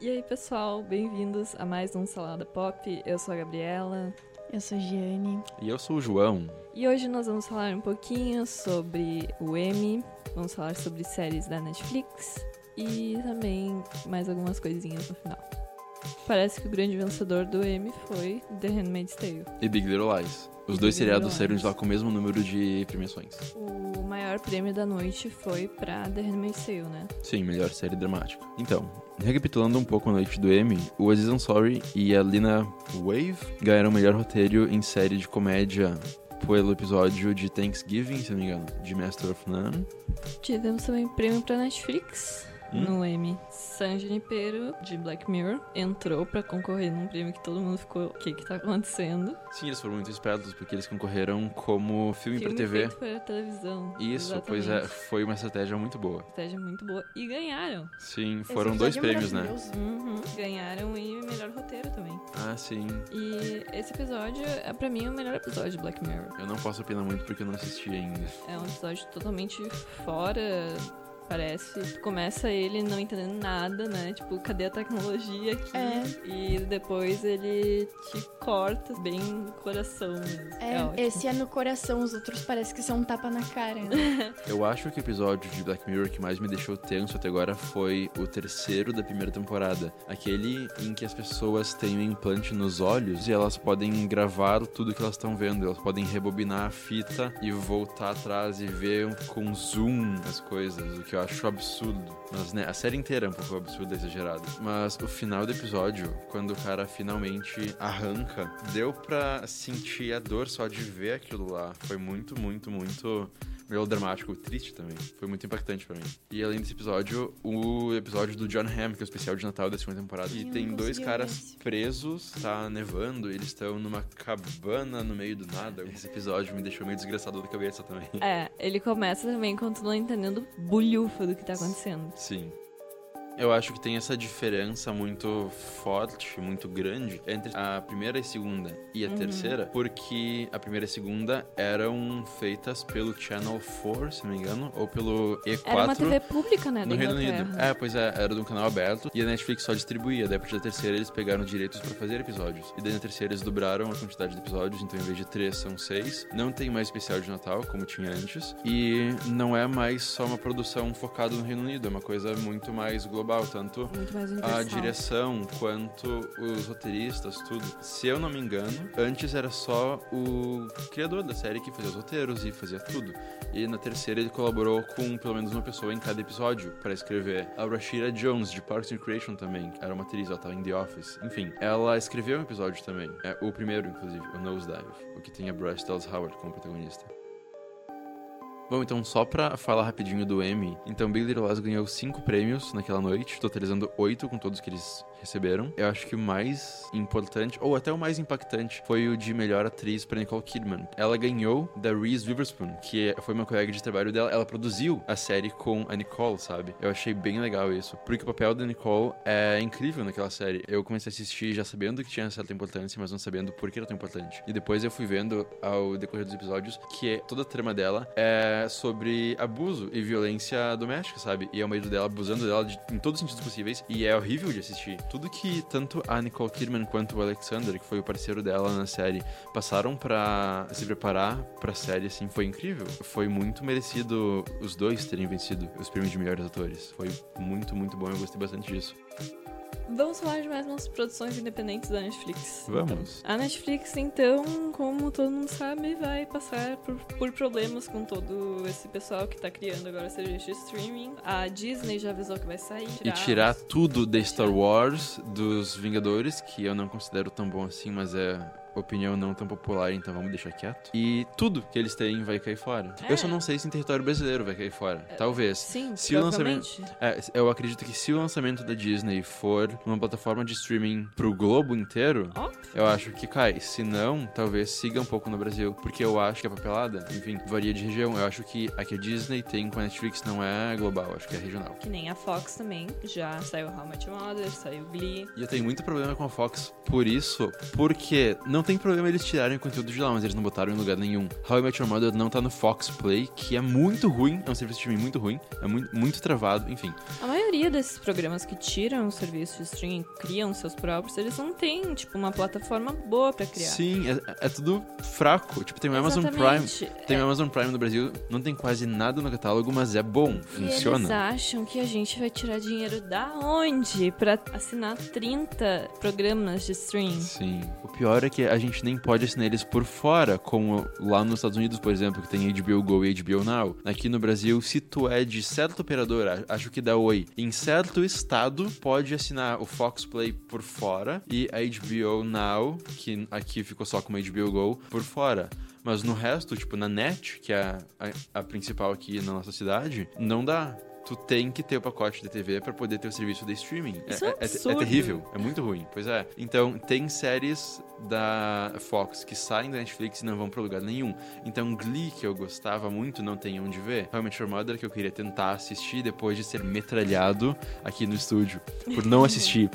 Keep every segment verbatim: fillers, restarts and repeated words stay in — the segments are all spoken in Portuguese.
E aí, pessoal, bem-vindos a mais um Salada Pop. Eu sou a Gabriela. Eu sou a Giane. E eu sou o João. E hoje nós vamos falar um pouquinho sobre o Emmy, vamos falar sobre séries da Netflix e também mais algumas coisinhas no final. Parece que o grande vencedor do Emmy foi The Handmaid's Tale. E Big Little Lies. Os dois seriados saíram de lá com o mesmo número de premiações. O maior prêmio da noite foi pra The Handmaid's Tale, né? Sim, melhor série dramática. Então, recapitulando um pouco a noite do Emmy, o Aziz Ansari e a Lena Waithe ganharam o melhor roteiro em série de comédia pelo episódio de Thanksgiving, se não me engano, de Master of None. Tivemos também prêmio pra Netflix. Hum? No Emmy, San Junipero, de Black Mirror, entrou pra concorrer num prêmio que todo mundo ficou, o que que tá acontecendo? Sim, eles foram muito espertos, porque eles concorreram como filme, Filme pra T V. feito para televisão. Isso, Exatamente. pois é, foi uma estratégia muito boa. Estratégia muito boa. E ganharam. Sim, Esse foram dois episódio é prêmios, né? maravilhoso. Uhum. Ganharam e melhor roteiro também. Ah, sim. E esse episódio é, pra mim, o melhor episódio de Black Mirror. Eu não posso opinar muito porque eu não assisti ainda. É um episódio totalmente fora... Parece, tu começa ele não entendendo nada, né? Tipo, cadê a tecnologia aqui? É. E depois ele te corta bem no coração mesmo. É, ótimo. esse é no coração, os outros parece que são um tapa na cara. Né? Eu acho que o episódio de Black Mirror que mais me deixou tenso até agora foi o terceiro da primeira temporada. Aquele em que as pessoas têm um implante nos olhos e elas podem gravar tudo que elas estão vendo. Elas podem rebobinar a fita e voltar atrás e ver com zoom as coisas, o que eu acho absurdo. Mas, né, a série inteira é um pouco absurda e exagerada. Mas o final do episódio, quando o cara finalmente arranca, deu pra sentir a dor só de ver aquilo lá. Foi muito, muito, muito... melodramático, triste também. Foi muito impactante pra mim. E além desse episódio, o episódio do John Hamm, que é o especial de Natal da segunda temporada. E Eu tem não dois consegui caras ver esse. presos, tá nevando, e eles estão numa cabana no meio do nada. Esse episódio me deixou meio desgraçado da cabeça também. É, ele começa também quando tu não entendendo bulhufa do que tá acontecendo. Sim. Eu acho que tem essa diferença muito forte, muito grande entre a primeira e segunda e a Uhum. terceira, porque a primeira e a segunda eram feitas pelo Channel quatro, se não me engano, ou pelo E quatro. Era uma T V pública, né, da No Reino Inglaterra. Unido. É, pois é, era de um canal aberto e a Netflix só distribuía. Daí a partir da terceira eles pegaram direitos pra fazer episódios. E daí na terceira eles dobraram a quantidade de episódios, então em vez de três são seis. Não tem mais especial de Natal, como tinha antes. E não é mais só uma produção focada no Reino Unido, é uma coisa muito mais global, tanto Muito mais a universal. direção quanto os roteiristas, tudo. Se eu não me engano, antes era só o criador da série que fazia os roteiros e fazia tudo. E na terceira ele colaborou com pelo menos uma pessoa em cada episódio para escrever. A Rashida Jones, de Parks and Recreation também, era uma atriz, ela tava em The Office. Enfim, ela escreveu um episódio também. É o primeiro, inclusive, o Nosedive, o que tem a Bryce Dallas Howard como protagonista. Bom, então só pra falar rapidinho do Emmy, então Big Little Lies ganhou cinco prêmios naquela noite, totalizando oito com todos que eles receberam. Eu acho que o mais importante, ou até o mais impactante, foi o de melhor atriz pra Nicole Kidman. Ela ganhou da Reese Witherspoon, que foi uma colega de trabalho dela. Ela produziu a série com a Nicole, sabe? Eu achei bem legal isso, porque o papel da Nicole é incrível naquela série. Eu comecei a assistir já sabendo que tinha certa importância, mas não sabendo por que era tão importante. E depois eu fui vendo ao decorrer dos episódios que toda a trama dela é sobre abuso e violência doméstica, sabe? E é o marido dela abusando dela de, em todos os sentidos possíveis, e é horrível de assistir. Tudo que tanto a Nicole Kidman quanto o Alexander, que foi o parceiro dela na série, passaram pra se preparar pra série, assim, foi incrível. Foi muito merecido os dois terem vencido os prêmios de melhores atores. Foi muito, muito bom, eu gostei bastante disso. Vamos falar de mais umas produções independentes da Netflix. Vamos. A Netflix, então, como todo mundo sabe, vai passar por, por problemas com todo esse pessoal que tá criando agora serviço de streaming. A Disney já avisou que vai sair. E tirar tudo de Star Wars, dos Vingadores, que eu não considero tão bom assim, mas é opinião não tão popular, então vamos deixar quieto. E tudo que eles têm vai cair fora. É. Eu só não sei se em território brasileiro vai cair fora. Talvez. Sim, Se o provavelmente. lançamento, é, eu acredito que se o lançamento da Disney for uma plataforma de streaming pro globo inteiro, Óbvio. eu acho que cai. Se não, talvez siga um pouco no Brasil. Porque eu acho que a papelada, enfim, varia de região. Eu acho que a que a Disney tem com a Netflix não é global, acho que é regional. Que nem a Fox também. Já saiu How I Met Your Mother, saiu Glee. E eu tenho muito problema com a Fox por isso, porque não tem problema eles tirarem o conteúdo de lá, mas eles não botaram em lugar nenhum. How I Met Your Mother não tá no Fox Play, que é muito ruim, é um serviço de streaming muito ruim, é muito, muito travado, enfim. A maioria maioria desses programas que tiram o serviço de streaming e criam seus próprios, eles não têm, tipo, uma plataforma boa pra criar. Sim, é, é tudo fraco. Tipo, tem o Amazon Exatamente. Prime. Tem o É. Amazon Prime no Brasil, não tem quase nada no catálogo, mas é bom, funciona. E eles acham que a gente vai tirar dinheiro da onde pra assinar trinta programas de stream? Sim. O pior é que a gente nem pode assinar eles por fora, como lá nos Estados Unidos, por exemplo, que tem H B O Go e H B O Now. Aqui no Brasil, se tu é de certa operadora, acho que da Oi, em certo estado, pode assinar o Fox Play por fora e a H B O Now, que aqui ficou só como H B O Go, por fora. Mas no resto, tipo, na Net, que é a, a principal aqui na nossa cidade, não dá. Tu tem que ter o pacote de T V pra poder ter o serviço de streaming. Isso é, é é, é, absurdo. é terrível, é muito ruim. Pois é. Então, tem séries da Fox que saem da Netflix e não vão pra lugar nenhum. Então, Glee, que eu gostava muito, não tem onde ver. How I Met Your Mother, que eu queria tentar assistir depois de ser metralhado aqui no estúdio, por não assistir.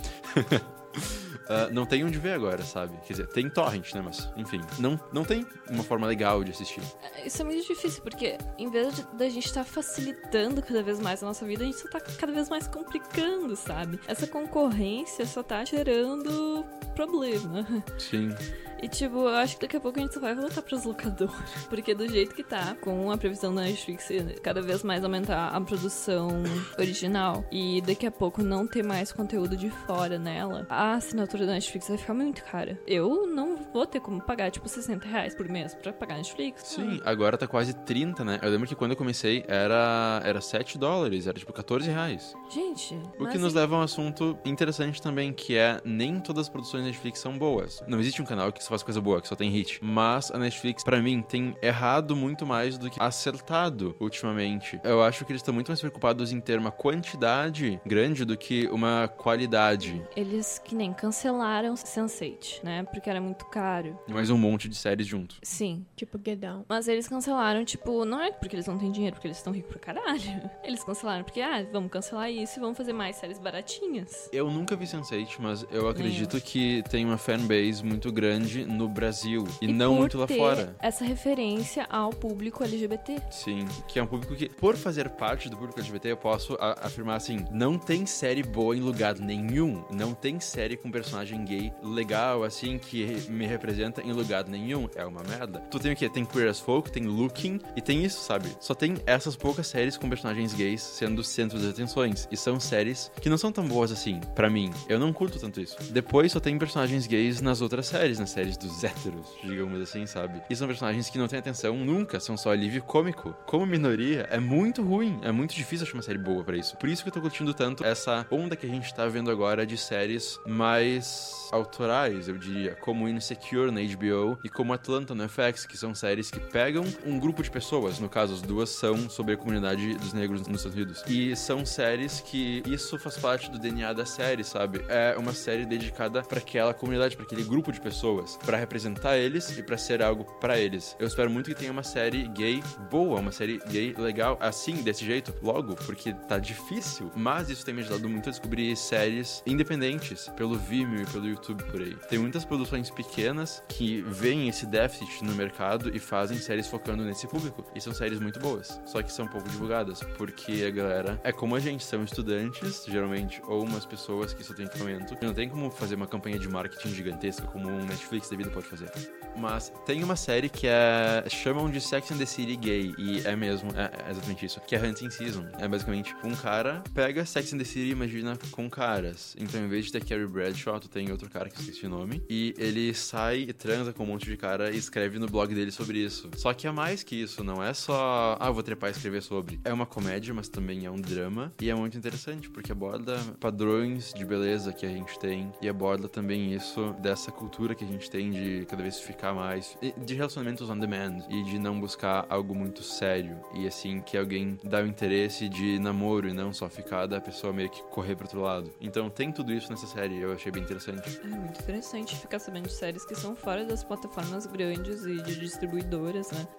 Uh, não tem onde ver agora, sabe? Quer dizer, tem torrent, né? Mas, enfim, não, não tem uma forma legal de assistir. Isso é muito difícil, porque em vez de, da gente estar facilitando cada vez mais a nossa vida, a gente só tá cada vez mais complicando, sabe? Essa concorrência só tá gerando problema. Sim. E, tipo, eu acho que daqui a pouco a gente só vai voltar pros locadores. Porque do jeito que tá, com a previsão da Netflix cada vez mais aumentar a produção original e daqui a pouco não ter mais conteúdo de fora nela, a assinatura da Netflix vai ficar muito cara. Eu não vou ter como pagar, tipo, sessenta reais por mês pra pagar Netflix. Sim, agora tá quase trinta, né? Eu lembro que quando eu comecei era, era sete dólares, era tipo quatorze reais. Gente, O mas que nos leva a um assunto interessante também, que é nem todas as produções da Netflix são boas. Não existe um canal que só faz coisa boa, que só tem hit. Mas a Netflix, pra mim, tem errado muito mais do que acertado ultimamente. Eu acho que eles estão muito mais preocupados em ter uma quantidade grande do que uma qualidade. eles que nem cancelaram sense eight, né? Porque era muito caro. E mais um monte de séries junto. Sim. Tipo, Get Down. Mas eles cancelaram, tipo, não é porque eles não têm dinheiro, porque eles estão ricos pra caralho. Eles cancelaram porque, ah, vamos cancelar isso e vamos fazer mais séries baratinhas. Eu nunca vi sense eight, mas eu acredito que tem uma fanbase muito grande no Brasil e, não por muito lá ter fora. essa referência ao público L G B T. Sim, que é um público que, por fazer parte do público L G B T, eu posso a- afirmar assim, não tem série boa em lugar nenhum, não tem série com personagem gay legal, assim, que re- me representa em lugar nenhum, é uma merda. Tu tem o quê? Tem Queer as Folk, tem Looking, e tem isso, sabe? Só tem essas poucas séries com personagens gays sendo o centro das atenções, e são séries que não são tão boas assim, pra mim. Eu não curto tanto isso. Depois só tem personagens gays nas outras séries, nas séries dos héteros, digamos assim, sabe? E são personagens que não têm atenção nunca, são só alívio cômico. Como minoria, é muito ruim, é muito difícil achar uma série boa pra isso. Por isso que eu tô curtindo tanto essa onda que a gente tá vendo agora de séries mais autorais, eu diria, como Insecure na H B O e como Atlanta no F X, que são séries que pegam um grupo de pessoas, no caso, as duas são sobre a comunidade dos negros nos Estados Unidos. E são séries que isso faz parte do D N A da série, sabe? É uma série dedicada pra aquela comunidade, pra aquele grupo de pessoas, pra representar eles e pra ser algo pra eles. Eu espero muito que tenha uma série gay boa, uma série gay legal, assim, desse jeito, logo, porque tá difícil, mas isso tem me ajudado muito a descobrir séries independentes, pelo Vimeo e pelo YouTube por aí. Tem muitas produções pequenas que veem esse déficit no mercado e fazem séries focando nesse público, e são séries muito boas, só que são pouco divulgadas, porque a galera é como a gente, são estudantes, geralmente, ou umas pessoas que só têm equipamento, e não tem como fazer uma campanha de marketing gigantesca como um Netflix da vida pode fazer. Mas tem uma série que é... chamam de Sex and the City gay, e é mesmo, é, é exatamente isso, que é Hunting Season. É basicamente um cara pega Sex and the City e imagina com caras. Então, em vez de ter Carrie Bradshaw, tu tem outro cara que eu esqueci o nome, e ele sai e transa com um monte de cara e escreve no blog dele sobre isso. Só que é mais que isso, não é só, ah, vou trepar e escrever sobre. É uma comédia, mas também é um drama, e é muito interessante, porque aborda padrões de beleza que a gente tem, e aborda também isso dessa cultura que a gente tem de cada vez ficar mais, de relacionamentos on demand, e de não buscar algo muito sério, e assim, que alguém dá o interesse de namoro e não só ficar da pessoa meio que correr pro outro lado. Então tem tudo isso nessa série, eu achei bem interessante. É muito interessante ficar sabendo de séries que são fora das plataformas grandes e de distribuidoras, né?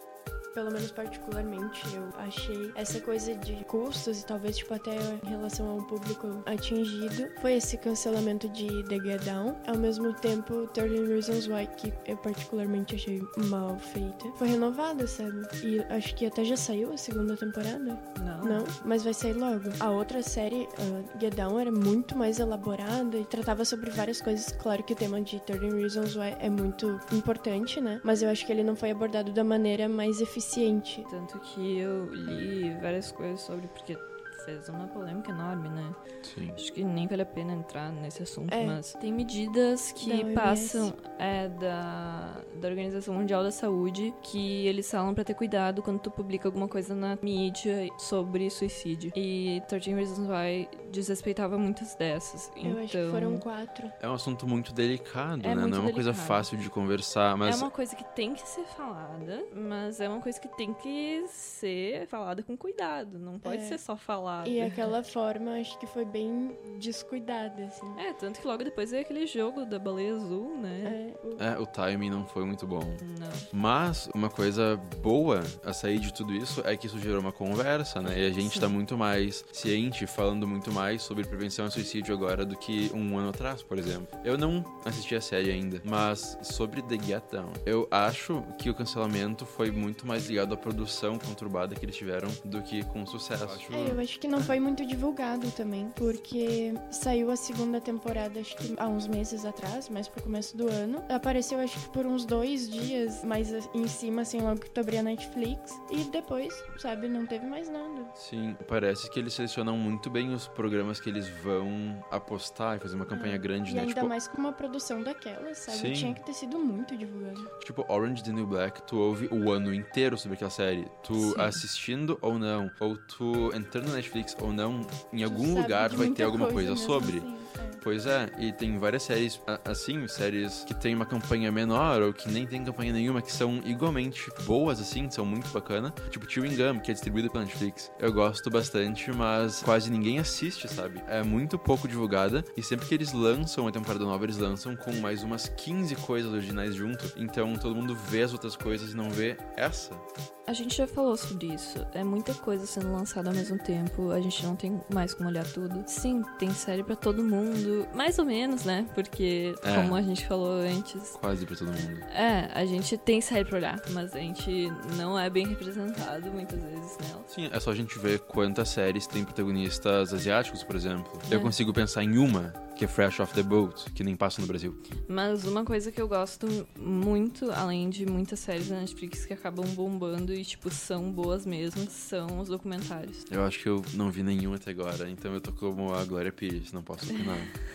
pelo menos particularmente, eu achei essa coisa de custos e talvez, tipo, até em relação ao público atingido, foi esse cancelamento de The Get Down. Ao mesmo tempo, thirteen Reasons Why, que eu particularmente achei mal feita, foi renovada, sabe? E acho que até já saiu a segunda temporada. Não. Não, mas vai sair logo. A outra série, uh, Get Down, era muito mais elaborada e tratava sobre várias coisas. Claro que o tema de thirteen Reasons Why é muito importante, né? Mas eu acho que ele não foi abordado da maneira mais eficiente. Tanto que eu li várias coisas sobre, porque fez uma polêmica enorme, né? Sim. Acho que nem vale a pena entrar nesse assunto, É. mas tem medidas que Da O M S. passam é, da, da Organização Mundial da Saúde, que eles falam pra ter cuidado quando tu publica alguma coisa na mídia sobre suicídio. E thirteen Reasons Why desrespeitava muitas dessas. Eu então, acho que foram quatro. É um assunto muito delicado, É né? muito Não é uma coisa delicado. fácil de conversar, mas... É uma coisa que tem que ser falada, mas é uma coisa que tem que ser falada com cuidado. Não pode É. ser só falada. E aquela forma, acho que foi bem descuidada, assim. É, tanto que logo depois veio aquele jogo da baleia azul, né? É, o- É, o timing não foi muito bom. Não. Mas uma coisa boa a sair de tudo isso é que isso gerou uma conversa, né? E a gente Sim. tá muito mais ciente, falando muito mais sobre prevenção ao suicídio agora do que um ano atrás, por exemplo. Eu não assisti a série ainda, mas sobre The Get Down, eu acho que o cancelamento foi muito mais ligado à produção conturbada que eles tiveram do que com o sucesso. É, eu acho que não foi muito divulgado também, porque saiu a segunda temporada, acho que há uns meses atrás, mais pro começo do ano. Apareceu, acho que por uns dois dias, mais em cima, assim, logo que tu abria a Netflix. E depois, sabe, não teve mais nada. Sim, parece que eles selecionam muito bem os programas que eles vão apostar e fazer uma campanha grande, E né? ainda Tipo, mais com uma produção daquela, sabe? Sim. Tinha que ter sido muito divulgado. tipo, Orange is the New Black, tu ouve o ano inteiro sobre aquela série. Tu Sim. assistindo ou não, ou tu entrando na Netflix ou não, em algum Tu sabe lugar de vai muita ter alguma coisa, mesmo sobre. assim, é. Pois é, e tem várias séries a- assim, séries que tem uma campanha menor ou que nem tem campanha nenhuma, que são igualmente boas, assim, são muito bacana. Tipo Chewing Gum, que é distribuído pela Netflix. Eu gosto bastante, mas quase ninguém assiste, sabe? É muito pouco divulgada e sempre que eles lançam uma temporada nova, eles lançam com mais umas quinze coisas originais junto. Então todo mundo vê as outras coisas e não vê essa. A gente já falou sobre isso. É muita coisa sendo lançada ao mesmo tempo. A gente não tem mais como olhar tudo. Sim, tem série pra todo mundo. Mais ou menos, né? Porque, É. como a gente falou antes... Quase pra todo mundo. É, a gente tem série pra olhar, mas a gente não é bem representado muitas vezes nela. Sim, é só a gente ver quantas séries tem protagonistas asiáticos, por exemplo. Eu É. consigo pensar em uma, que é Fresh Off the Boat, que nem passa no Brasil. Mas uma coisa que eu gosto muito, além de muitas séries da Netflix que acabam bombando e, tipo, são boas mesmo, são os documentários. Eu acho que eu não vi nenhum até agora, então eu tô como a Glória Pires, não posso opinar.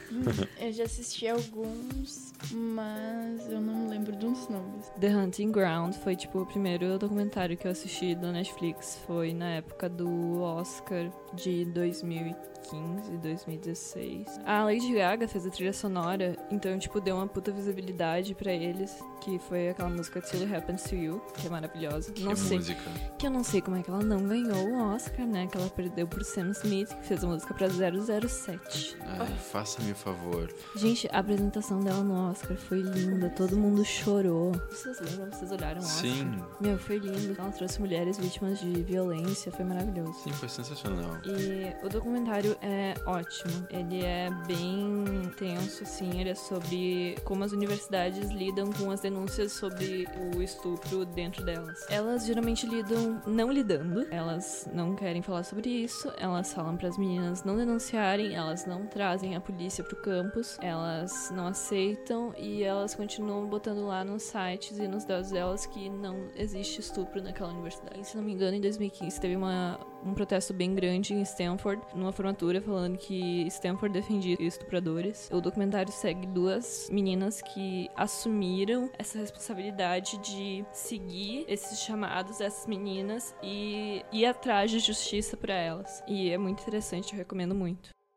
Eu já assisti alguns, mas eu não lembro dos nomes. The Hunting Ground foi, tipo, o primeiro documentário que eu assisti da Netflix. Foi na época do Oscar de dois mil e quinze, dois mil e dezesseis. A Lady Gaga fez a trilha sonora, então, tipo, deu uma puta visibilidade pra eles, que foi aquela música Till It Happens to You, que é maravilhosa. Que não sei, música. que eu não sei como é que ela não ganhou o Oscar, né? Que ela perdeu por Sam Smith, que fez a música pra zero zero sete. Ai, faça-me o favor. Gente, a apresentação dela no Oscar foi linda, todo mundo chorou. Vocês lembram? Vocês olharam o Oscar? Sim, Meu, foi lindo. Ela trouxe mulheres vítimas de violência, foi maravilhoso. sim, foi sensacional. E o documentário é ótimo. Ele é bem tenso, assim. Ele é sobre como as universidades lidam com as denúncias sobre o estupro dentro delas. Elas geralmente lidam não lidando. Elas não querem falar sobre isso. Elas falam para as meninas não denunciarem. Elas não trazem a polícia pro campus. Elas não aceitam e elas continuam botando lá nos sites e nos dados delas que não existe estupro naquela universidade. E, se não me engano, em dois mil e quinze teve uma, um protesto bem grande em Stanford, numa formatura, falando que Stanford defendia estupradores. O documentário segue duas meninas que assumiram essa responsabilidade de seguir esses chamados dessas meninas e ir atrás de justiça pra elas. E é muito interessante, eu recomendo muito.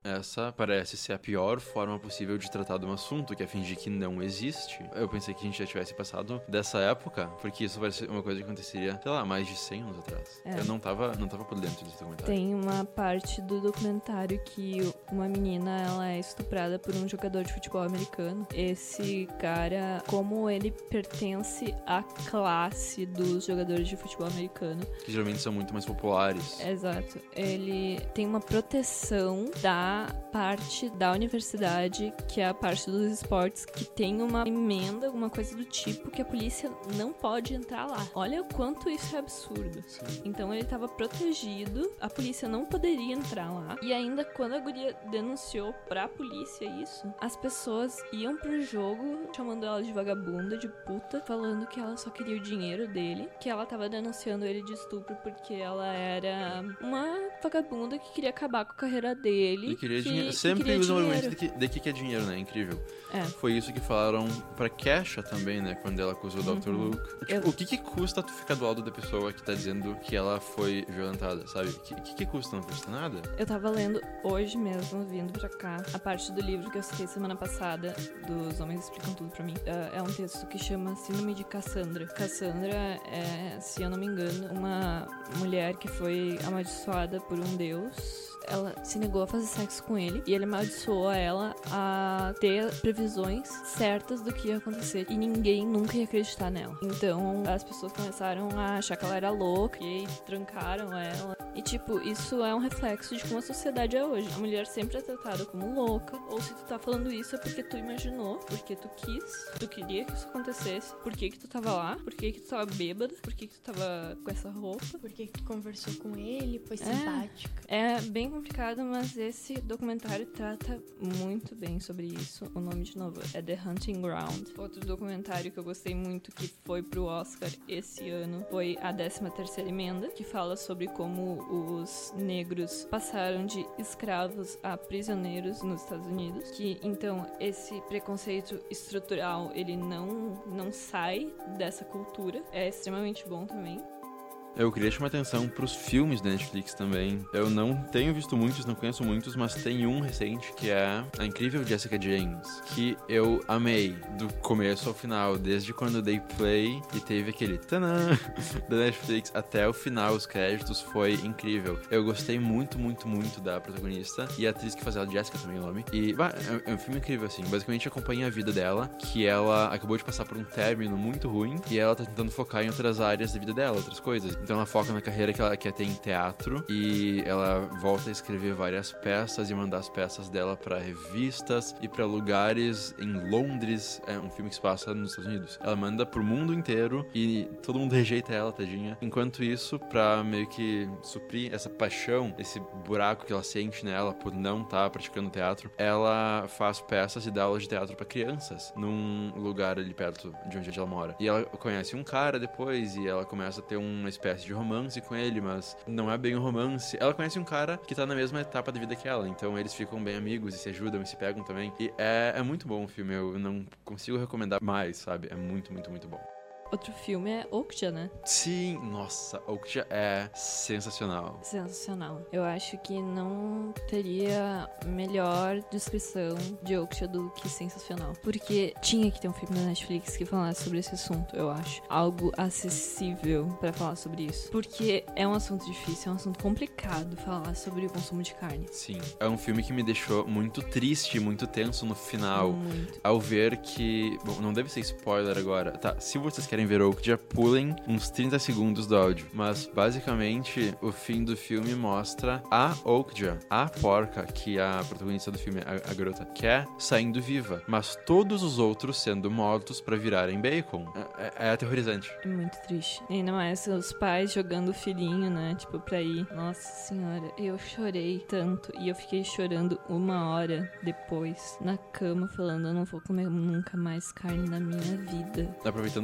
essa parece ser a pior forma possível de tratar de um assunto, que é fingir que não existe. Eu pensei que a gente já tivesse passado dessa época, porque isso parece uma coisa que aconteceria, sei lá, mais de cem anos atrás. É. Eu não tava, não tava por dentro desse documentário. Tem uma parte do documentário que uma menina, ela é estuprada por um jogador de futebol americano. Esse cara, como ele pertence à classe dos jogadores de futebol americano. Que geralmente são muito mais populares. Exato. Ele tem uma proteção da parte da universidade, que é a parte dos esportes, que tem uma emenda, alguma coisa do tipo, que a polícia não pode entrar lá. Olha o quanto isso é absurdo. Sim. Então ele estava protegido, a polícia não poderia entrar lá. E ainda quando a guria denunciou pra polícia isso, as pessoas iam pro jogo chamando ela de vagabunda, de puta, falando que ela só queria o dinheiro dele, que ela tava denunciando ele de estupro porque ela era uma vagabunda que queria acabar com a carreira dele. E queria que, dinheiro. que Sempre queria usa o dinheiro. argumento de que, de que é dinheiro, né? Incrível. É. Foi isso que falaram pra Kesha também, né? Quando ela acusou o doutor Uhum. Luke. Tipo, Eu- o que que custa tu ficar do lado da pessoa que tá dizendo que ela foi violentada, sabe? O que, que que custa? Não custa nada. Eu tava lendo hoje mesmo, vindo pra cá, a parte do livro que eu citei semana passada, dos Homens Explicam Tudo Pra Mim. É é um texto que chama Síndrome de Cassandra. Cassandra é, se eu não me engano, uma mulher que foi amaldiçoada por um deus. Ela se negou a fazer sexo com ele e ele amaldiçoou ela a ter previsões certas do que ia acontecer e ninguém nunca ia acreditar nela. Então as pessoas começaram a achar que ela era louca e aí trancaram ela. E tipo, isso é um reflexo de como a sociedade é hoje. A mulher sempre é tratada como louca, ou se tu tá falando isso é porque tu imaginou, porque tu quis, tu queria que isso acontecesse, por que que tu tava lá, por que que tu tava bêbada, por que que tu tava com essa roupa. Por que que tu conversou com ele? Foi É. simpática. É bem complicado, mas esse documentário trata muito bem sobre isso. O nome, de novo, é The Hunting Ground. Outro documentário que eu gostei muito, que foi pro Oscar esse ano, foi a décima terceira Emenda, que fala sobre como os negros passaram de escravos a prisioneiros nos Estados Unidos. Que, então, esse preconceito estrutural, ele não, não sai dessa cultura. É extremamente bom também. Eu queria chamar atenção pros filmes da Netflix também. Eu não tenho visto muitos, não conheço muitos, mas tem um recente que é A Incrível Jessica James, que eu amei do começo ao final, desde quando eu dei play e teve aquele tanã da Netflix até o final, os créditos, foi incrível. Eu gostei muito, muito, muito da protagonista e a atriz que faz ela, Jessica também é o nome. E bah, é, é um filme incrível, assim. Basicamente acompanha a vida dela, que ela acabou de passar por um término muito ruim e ela tá tentando focar em outras áreas da vida dela, outras coisas. Então ela foca na carreira que ela quer ter em teatro e ela volta a escrever várias peças e mandar as peças dela pra revistas e pra lugares em Londres. É um filme que se passa nos Estados Unidos. Ela manda pro mundo inteiro e todo mundo rejeita ela, tadinha. Enquanto isso, pra meio que suprir essa paixão, esse buraco que ela sente nela por não estar tá praticando teatro, ela faz peças e dá aulas de teatro pra crianças num lugar ali perto de onde ela mora. E ela conhece um cara depois e ela começa a ter uma espécie de romance com ele, mas não é bem um romance. Ela conhece um cara que tá na mesma etapa da vida que ela, então eles ficam bem amigos e se ajudam e se pegam também. E é, é muito bom o filme, eu não consigo recomendar mais, sabe? É muito, muito, muito bom. Outro filme é Okja, né? Sim, nossa, Okja é sensacional. Sensacional. Eu acho que não teria melhor descrição de Okja do que sensacional. Porque tinha que ter um filme na Netflix que falasse sobre esse assunto, eu acho. Algo acessível pra falar sobre isso. Porque é um assunto difícil, é um assunto complicado falar sobre o consumo de carne. Sim, é um filme que me deixou muito triste, muito tenso no final. Muito. Ao ver que... Bom, não deve ser spoiler agora. Tá, se vocês querem ver Okja, pulem uns trinta segundos do áudio. Mas, basicamente, o fim do filme mostra a Okja, a porca, que a protagonista do filme, a, a garota, quer saindo viva. Mas todos os outros sendo mortos pra virarem bacon. É, é, é aterrorizante. É muito triste. E ainda mais os pais jogando o filhinho, né? Tipo, pra ir. Nossa senhora, eu chorei tanto. E eu fiquei chorando uma hora depois, na cama, falando: eu não vou comer nunca mais carne na minha vida. Aproveitando pra fazer um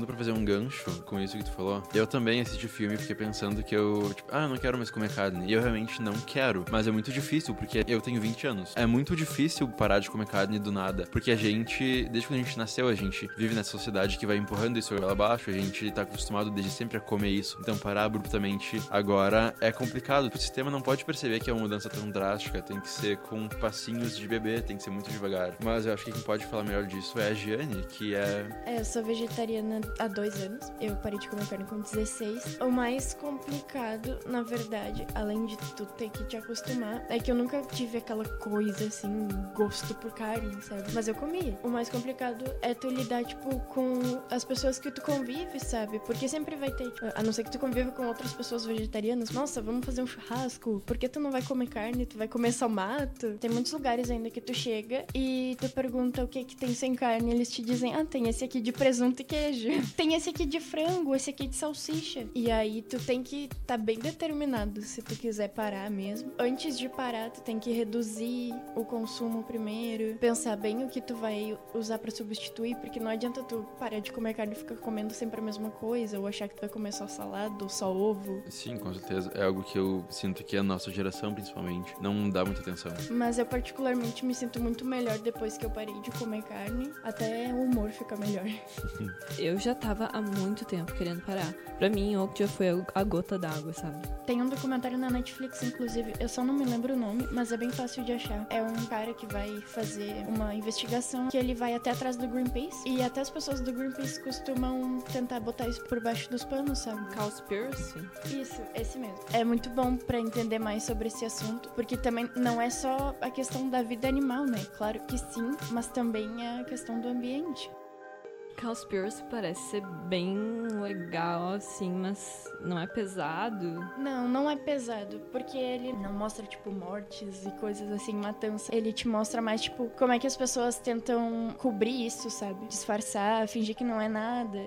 um gancho com isso que tu falou, eu também assisti o filme e fiquei pensando que eu, tipo, ah, eu não quero mais comer carne. E eu realmente não quero. Mas é muito difícil, porque eu tenho vinte anos. É muito difícil parar de comer carne do nada. Porque a gente, desde quando a gente nasceu, a gente vive nessa sociedade que vai empurrando isso lá abaixo. A gente tá acostumado desde sempre a comer isso. Então parar abruptamente agora é complicado. O sistema não pode perceber que é uma mudança tão drástica. Tem que ser com passinhos de bebê, tem que ser muito devagar. Mas eu acho que quem pode falar melhor disso é a Giane, que é... É, eu sou vegetariana há dois anos. Eu parei de comer carne com dezesseis. O mais complicado, na verdade, além de tu ter que te acostumar, é que eu nunca tive aquela coisa, assim, gosto por carne, sabe? Mas eu comia. O mais complicado é tu lidar, tipo, com as pessoas que tu convive, sabe? Porque sempre vai ter, tipo, a não ser que tu conviva com outras pessoas vegetarianas. Nossa, vamos fazer um churrasco. Por que tu não vai comer carne? Tu vai comer só mato? Tem muitos lugares ainda que tu chega e tu pergunta o que que tem sem carne. Eles te dizem, ah, tem esse aqui de presunto e queijo. Tem esse aqui de frango, esse aqui de salsicha. E aí tu tem que tá bem determinado se tu quiser parar mesmo. Antes de parar, tu tem que reduzir o consumo primeiro, pensar bem o que tu vai usar pra substituir, porque não adianta tu parar de comer carne e ficar comendo sempre a mesma coisa, ou achar que tu vai comer só salada ou só ovo. Sim, com certeza. É algo que eu sinto que a nossa geração, principalmente, não dá muita atenção. Mas eu particularmente me sinto muito melhor depois que eu parei de comer carne. Até o humor fica melhor. Eu já tava há muito tempo querendo parar. Pra mim, o já foi a gota d'água, sabe? Tem um documentário na Netflix, inclusive, eu só não me lembro o nome, mas é bem fácil de achar. É um cara que vai fazer uma investigação, que ele vai até atrás do Greenpeace, e até as pessoas do Greenpeace costumam tentar botar isso por baixo dos panos, sabe? Cowspiracy? Isso, esse mesmo. É muito bom pra entender mais sobre esse assunto, porque também não é só a questão da vida animal, né? Claro que sim, mas também é a questão do ambiente. Cowspiracy parece ser bem legal, assim, mas não é pesado. Não, não é pesado, porque ele não mostra, tipo, mortes e coisas assim, matança. Ele te mostra mais, tipo, como é que as pessoas tentam cobrir isso, sabe? Disfarçar, fingir que não é nada.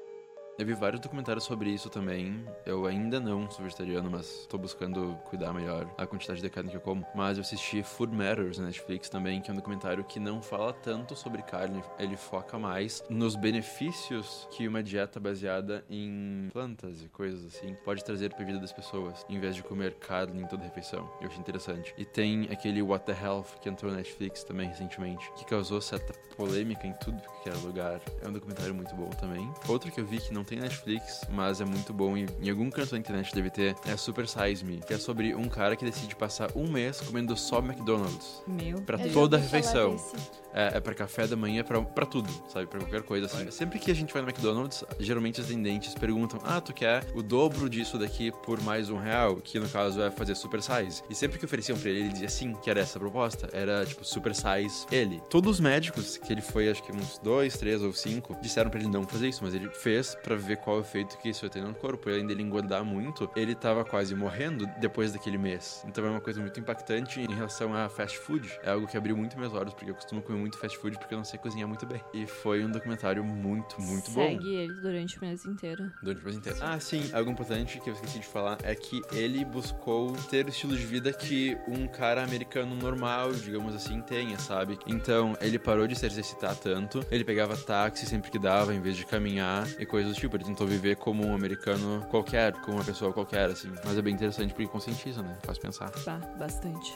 Eu vi vários documentários sobre isso também. Eu ainda não sou vegetariano, mas tô buscando cuidar melhor a quantidade de carne que eu como. Mas eu assisti Food Matters na Netflix também, que é um documentário que não fala tanto sobre carne. Ele foca mais nos benefícios que uma dieta baseada em plantas e coisas assim pode trazer pra vida das pessoas, em vez de comer carne em toda refeição. Eu achei interessante. E tem aquele What the Health, que entrou na Netflix também recentemente, que causou certa polêmica em tudo que era lugar. É um documentário muito bom também. Outro que eu vi que não tem Netflix, mas é muito bom e em algum canto da internet deve ter, é Super Size Me, que é sobre um cara que decide passar um mês comendo só McDonald's. Meu. Pra Eu já toda a ouvi falar refeição. desse. É, é pra café da manhã, pra, pra tudo, sabe? Pra qualquer coisa, assim. Sempre que a gente vai no McDonald's, geralmente os atendentes perguntam, ah, tu quer o dobro disso daqui por mais um real? Que no caso é fazer super size. E sempre que ofereciam pra ele, ele dizia sim, que era essa a proposta. Era, tipo, super size ele. Todos os médicos, que ele foi, acho que uns dois, três ou cinco, disseram pra ele não fazer isso, mas ele fez pra ver qual é o efeito que isso ia ter no corpo. E além dele engordar muito, ele tava quase morrendo depois daquele mês. Então é uma coisa muito impactante em relação a fast food. É algo que abriu muito meus olhos, porque eu costumo comer muito fast food porque eu não sei cozinhar muito bem. E foi um documentário muito, muito bom. Segue ele durante o mês inteiro. Durante o mês inteiro. Ah, sim. Algo importante que eu esqueci de falar é que ele buscou ter o estilo de vida que um cara americano normal, digamos assim, tenha, sabe? Então, ele parou de se exercitar tanto, ele pegava táxi sempre que dava, em vez de caminhar e coisas do tipo. Ele tentou viver como um americano qualquer, como uma pessoa qualquer, assim. Mas é bem interessante porque conscientiza, né? Faz pensar. Tá, bastante.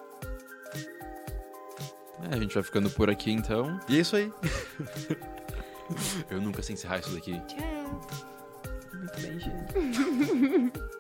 É, a gente vai ficando por aqui, então. E é isso aí. Eu nunca sei encerrar isso daqui. Tchau. Muito bem, gente.